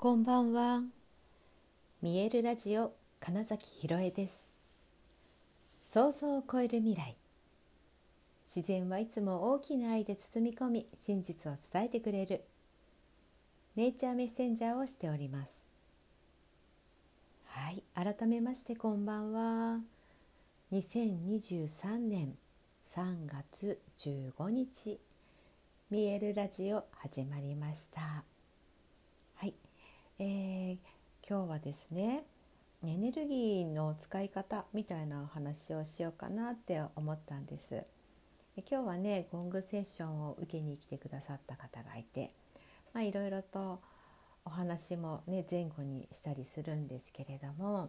こんばんは。見えるラジオ金崎ひろえです。想像を超える未来。自然はいつも大きな愛で包み込み、真実を伝えてくれるネイチャーメッセンジャーをしております。はい、改めましてこんばんは。2023年3月15日、見えるラジオ始まりました。はい、今日はですね、エネルギーの使い方みたいなお話をしようかなって思ったんです。今日はね、ゴングセッションを受けに来てくださった方がいて、いろいろとお話もね前後にしたりするんですけれども、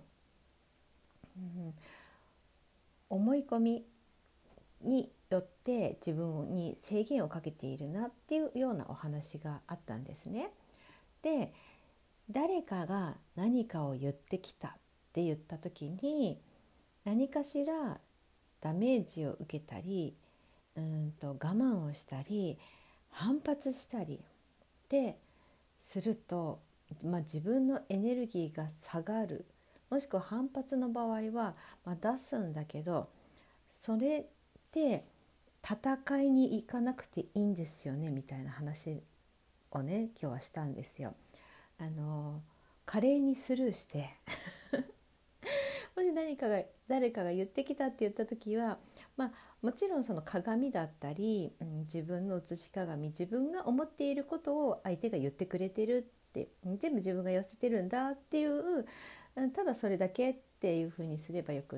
思い込みによって自分に制限をかけているなっていうようなお話があったんですね。で、誰かが何かを言ってきたって言った時に、何かしらダメージを受けたり、我慢をしたり反発したりですると、自分のエネルギーが下がる、もしくは反発の場合は、出すんだけど、それって戦いに行かなくていいんですよねみたいな話をね今日はしたんですよ。華麗にスルーしてもし誰かが言ってきたって言った時は、もちろんその鏡だったり、自分の映し鏡、自分が思っていることを相手が言ってくれてるって、全部自分が寄せてるんだっていう、ただそれだけっていうふうにすればよくって、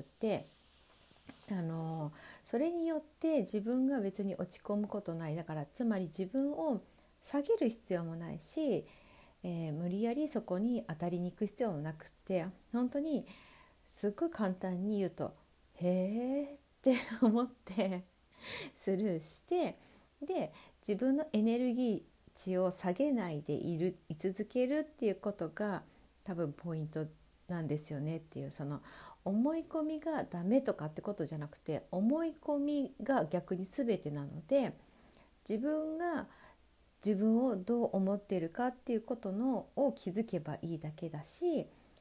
それによって自分が別に落ち込むことない。だからつまり自分を下げる必要もないし、無理やりそこに当たりに行く必要もなくって、本当にすっごい簡単に言うとへーって思ってスルーして、で自分のエネルギー値を下げないで居続けるっていうことが多分ポイントなんですよねっていう、その思い込みがダメとかってことじゃなくて、思い込みが逆に全てなので、自分が自分をどう思っているかっていうことを気づけばいいだけだし、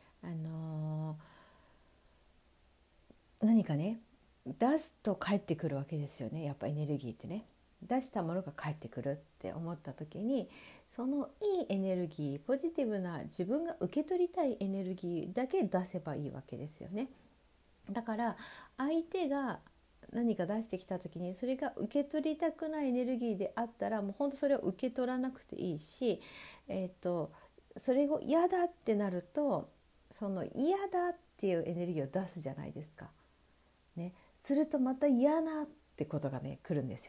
何かね出すと返ってくるわけですよね。やっぱエネルギーってね、出したものが返ってくるって思った時に、そのいいエネルギー、ポジティブな自分が受け取りたいエネルギーだけ出せばいいわけですよね。だから相手が何か出してきた時に、それが受け取りたくないエネルギーであったら、もう本当それを受け取らなくていいし、それを嫌だってなると、その嫌だっていうエネルギーを出すじゃないですか。ね、するとまた嫌なってことがね来るんですよ。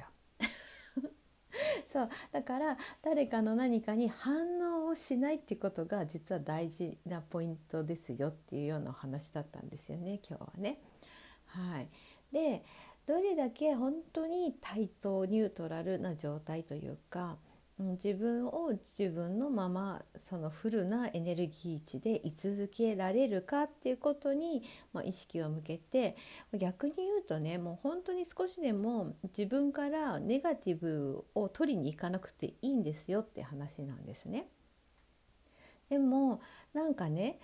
そうだから、誰かの何かに反応をしないってことが実は大事なポイントですよっていうようなお話だったんですよね、今日はね。はい、でどれだけ本当に対等ニュートラルな状態というか、自分を自分のままそのフルなエネルギー値で居続けられるかっていうことに、意識を向けて、逆に言うとね、もう本当に少しでも自分からネガティブを取りに行かなくていいんですよって話なんですね。でもなんかね、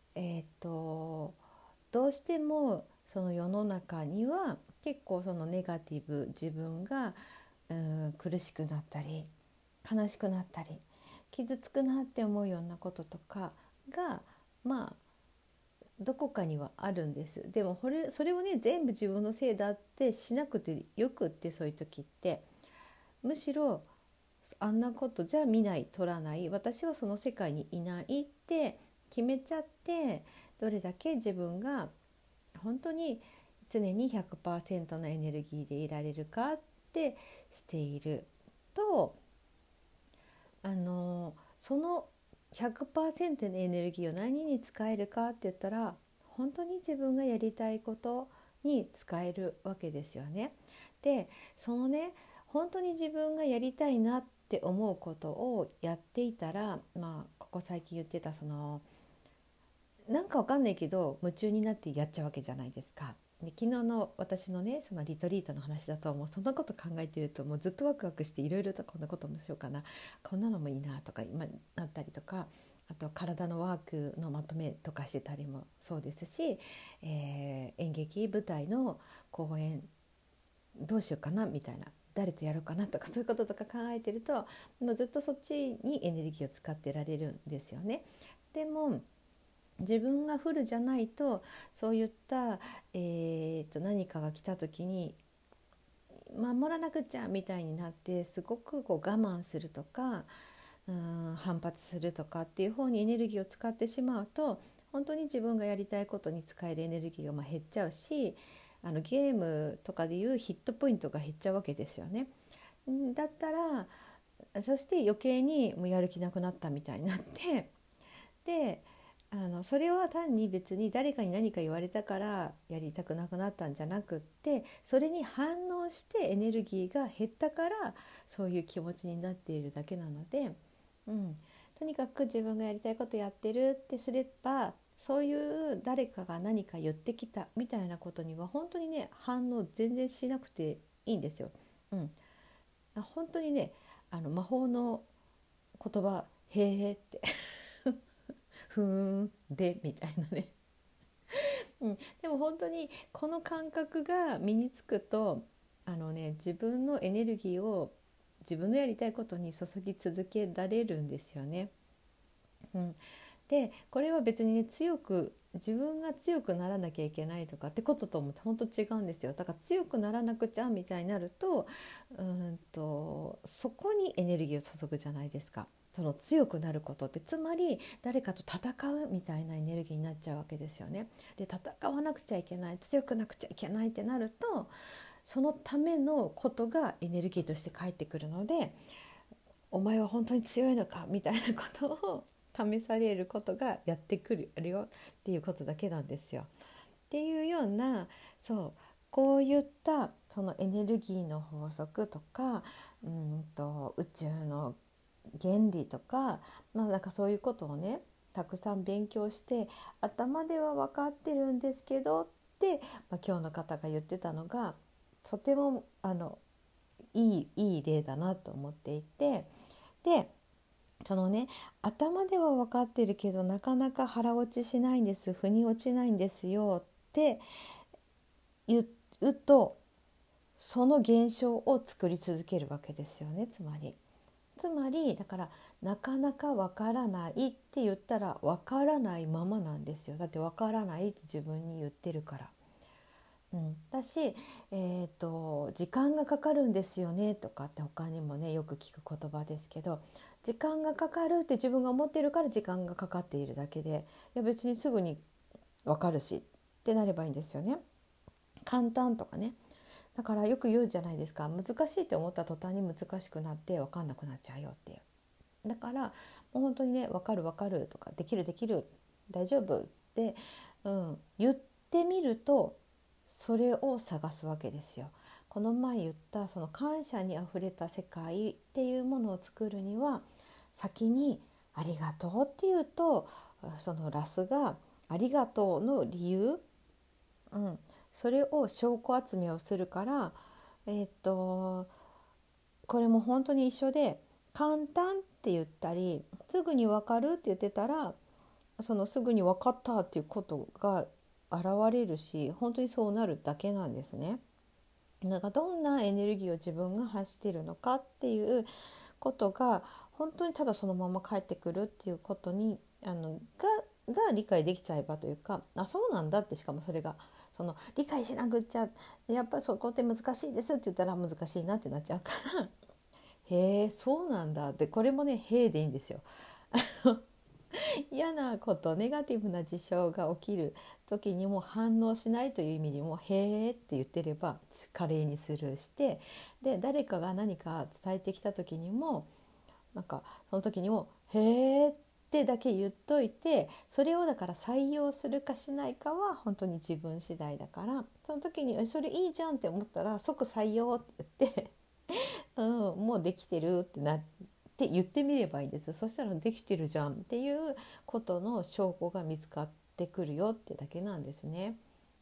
どうしてもその世の中には結構そのネガティブ、自分が苦しくなったり悲しくなったり傷つくなって思うようなこととかがどこかにはあるんです。でもそれをね全部自分のせいだってしなくてよくって、そういう時ってむしろあんなことじゃ見ない、取らない、私はその世界にいないって決めちゃって、どれだけ自分が本当に常に 100% のエネルギーでいられるかってしていると、その 100% のエネルギーを何に使えるかって言ったら、本当に自分がやりたいことに使えるわけですよね。でそのね、本当に自分がやりたいなって思うことをやっていたら、ここ最近言ってたそのなんかわかんないけど夢中になってやっちゃうわけじゃないですか。で昨日の私のねそのリトリートの話だと、もうそんなこと考えてるともうずっとワクワクして、いろいろとこんなこともしようかな、こんなのもいいなとか今なったりとか、あと体のワークのまとめとかしてたりもそうですし、演劇舞台の公演どうしようかなみたいな、誰とやろうかなとかそういうこととか考えてるともうずっとそっちにエネルギーを使ってられるんですよね。でも自分がフルじゃないとそういった、何かが来た時に守らなくちゃみたいになってすごくこう我慢するとか反発するとかっていう方にエネルギーを使ってしまうと本当に自分がやりたいことに使えるエネルギーが減っちゃうし、ゲームとかでいうヒットポイントが減っちゃうわけですよね。だったらそして余計にもうやる気なくなったみたいになってでそれは単に別に誰かに何か言われたからやりたくなくなったんじゃなくって、それに反応してエネルギーが減ったからそういう気持ちになっているだけなので、とにかく自分がやりたいことやってるってすればそういう誰かが何か言ってきたみたいなことには本当にね反応全然しなくていいんですよ。本当にね魔法の言葉へーってふーんでみたいなねでも本当にこの感覚が身につくと自分のエネルギーを自分のやりたいことに注ぎ続けられるんですよね。でこれは別にね自分が強くならなきゃいけないとかってこととも本当違うんですよ。だから強くならなくちゃみたいになるとそこにエネルギーを注ぐじゃないですか。その強くなることってつまり誰かと戦うみたいなエネルギーになっちゃうわけですよね。で戦わなくちゃいけない、強くなくちゃいけないってなるとそのためのことがエネルギーとして返ってくるので、お前は本当に強いのかみたいなことを試されることがやってくるよっていうことだけなんですよ。っていうようなこういったそのエネルギーの法則とか宇宙の原理とか、なんかそういうことをねたくさん勉強して頭では分かってるんですけどって、今日の方が言ってたのがとてもいい例だなと思っていて、でそのね頭では分かってるけどなかなか腹落ちしないんです、腑に落ちないんですよって言うとその現象を作り続けるわけですよね。つまりだからなかなか分からないって言ったら分からないままなんですよ。だって分からないって自分に言ってるから。だし、時間がかかるんですよねとかって他にもねよく聞く言葉ですけど、時間がかかるって自分が思ってるから時間がかかっているだけで、いや別にすぐに分かるしってなればいいんですよね。簡単とかね。だからよく言うじゃないですか、難しいって思った途端に難しくなって分かんなくなっちゃうよっていう。だからもう本当にね分かるとかできる大丈夫って、言ってみるとそれを探すわけですよ。この前言ったその感謝にあふれた世界っていうものを作るには先にありがとうっていうとそのラスがありがとうの理由、それを証拠集めをするから、これも本当に一緒で、簡単って言ったりすぐに分かるって言ってたらそのすぐに分かったっていうことが現れるし、本当にそうなるだけなんですね。だからどんなエネルギーを自分が発しているのかっていうことが本当にただそのまま返ってくるっていうことにが理解できちゃえばというか、そうなんだって、しかもそれが理解しなくちゃやっぱりそこって難しいですって言ったら難しいなってなっちゃうからへえそうなんだって、これもねへえでいいんですよ。嫌なことネガティブな事象が起きる時にも反応しないという意味にもへーって言ってれば華麗にスルーして、で誰かが何か伝えてきた時にもその時にもへーってだけ言っといて、それをだから採用するかしないかは本当に自分次第だから、その時にそれいいじゃんって思ったら即採用って言ってもうできてるってなって言ってみればいいんです。そしたらできてるじゃんっていうことの証拠が見つかってくるよってだけなんですね。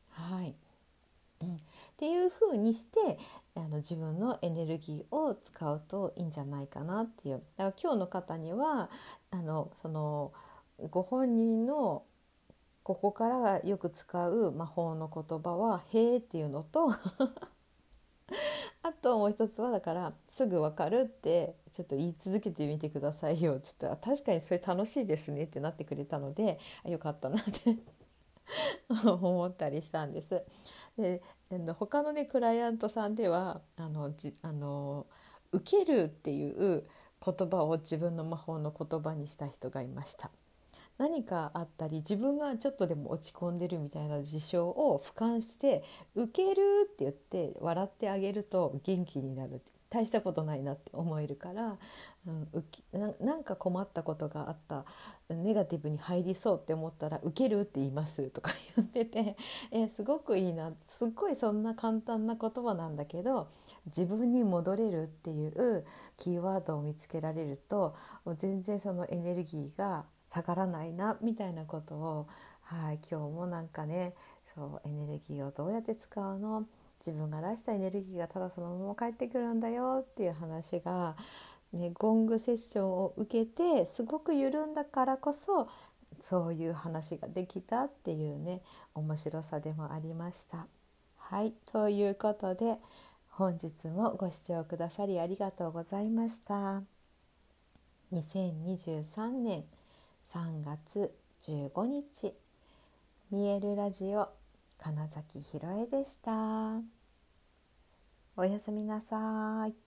っていう風にして自分のエネルギーを使うといいんじゃないかなっていう。だから今日の方にはそのご本人のここからよく使う魔法の言葉はへーっていうのとあともう一つはだからすぐ分かるってちょっと言い続けてみてくださいよって言ったら確かにそれ楽しいですねってなってくれたのでよかったなって思ったりしたんです。で他のねクライアントさんでは受けるっていう言葉を自分の魔法の言葉にした人がいました。何かあったり自分がちょっとでも落ち込んでるみたいな事象を俯瞰して受けるって言って笑ってあげると元気になる。大したことないなって思えるから、なんか困ったことがあった、ネガティブに入りそうって思ったら受けるって言いますとか言ってて、すごくいいな、すっごいそんな簡単な言葉なんだけど自分に戻れるっていうキーワードを見つけられるともう全然そのエネルギーが下がらないなみたいなことを、今日もなんかね、そうエネルギーをどうやって使うの、自分が出したエネルギーがただそのまま返ってくるんだよっていう話が、ね、ゴングセッションを受けてすごく緩んだからこそそういう話ができたっていうね面白さでもありました。はい、ということで本日もご視聴くださりありがとうございました。2023年3月15日見えるラジオ金崎ひろえでした。おやすみなさい。